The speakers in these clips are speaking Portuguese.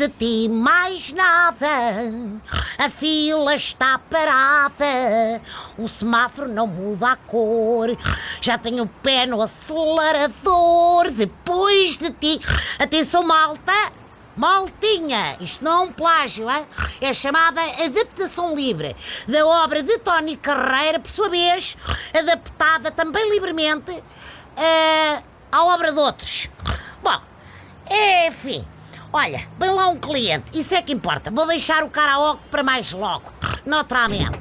de ti mais nada. A fila está parada, o semáforo não muda a cor. Já tenho o pé no acelerador depois de ti. Atenção, malta! Maltinha, isto não é um plágio, hein? É chamada adaptação livre da obra de Tony Carreira, por sua vez, adaptada também livremente à obra de outros. Bom, enfim, olha, vem lá um cliente, isso é que importa. Vou deixar o karaoke para mais logo. Naturalmente.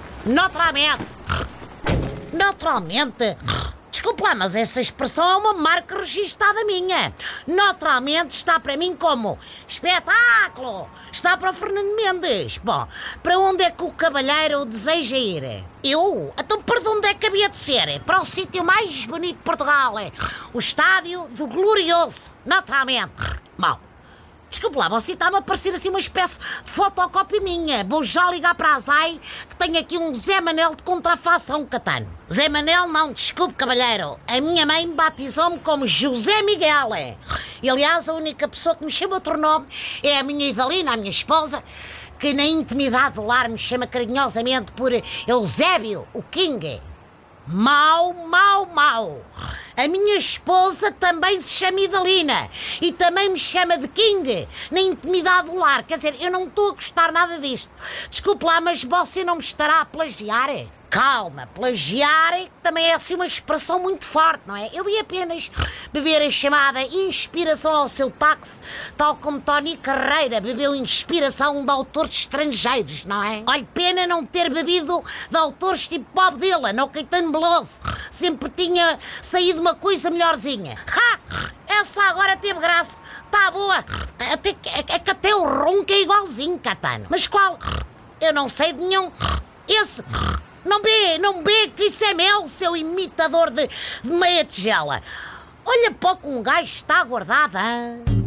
Desculpe lá, mas essa expressão é uma marca registada minha. Naturalmente está para mim como espetáculo. Está para o Fernando Mendes. Bom, para onde é que o cavalheiro deseja ir? Eu? Então para onde é que havia de ser? Para o sítio mais bonito de Portugal. O estádio do Glorioso. Naturalmente. Bom, desculpe lá, você está-me a parecer assim uma espécie de fotocópia minha. Vou já ligar para a Zai, que tenho aqui um Zé Manel de contrafação catano. Zé Manel não, desculpe, cavalheiro. A minha mãe batizou-me como José Miguel. E, aliás, a única pessoa que me chama outro nome é a minha Idalina, a minha esposa, que na intimidade do lar me chama carinhosamente por Eusébio, o King. Mau. A minha esposa também se chama Idalina e também me chama de King na intimidade do lar. Quer dizer, eu não estou a gostar nada disto. Desculpe lá, mas você não me estará a plagiar? Calma, plagiar também é assim uma expressão muito forte, não é? Eu ia apenas beber a chamada inspiração ao seu táxi, tal como Tony Carreira bebeu inspiração de autores estrangeiros, não é? Olha, pena não ter bebido de autores tipo Bob Dylan ou Caetano Veloso. Sempre tinha saído uma coisa melhorzinha. Essa agora teve graça. Está boa. É que até o ronco é igualzinho, Catano. Mas qual? Eu não sei de nenhum. Esse... Não bê, que isso é meu, seu imitador de meia tigela. Olha para o que um gajo está guardado, hein?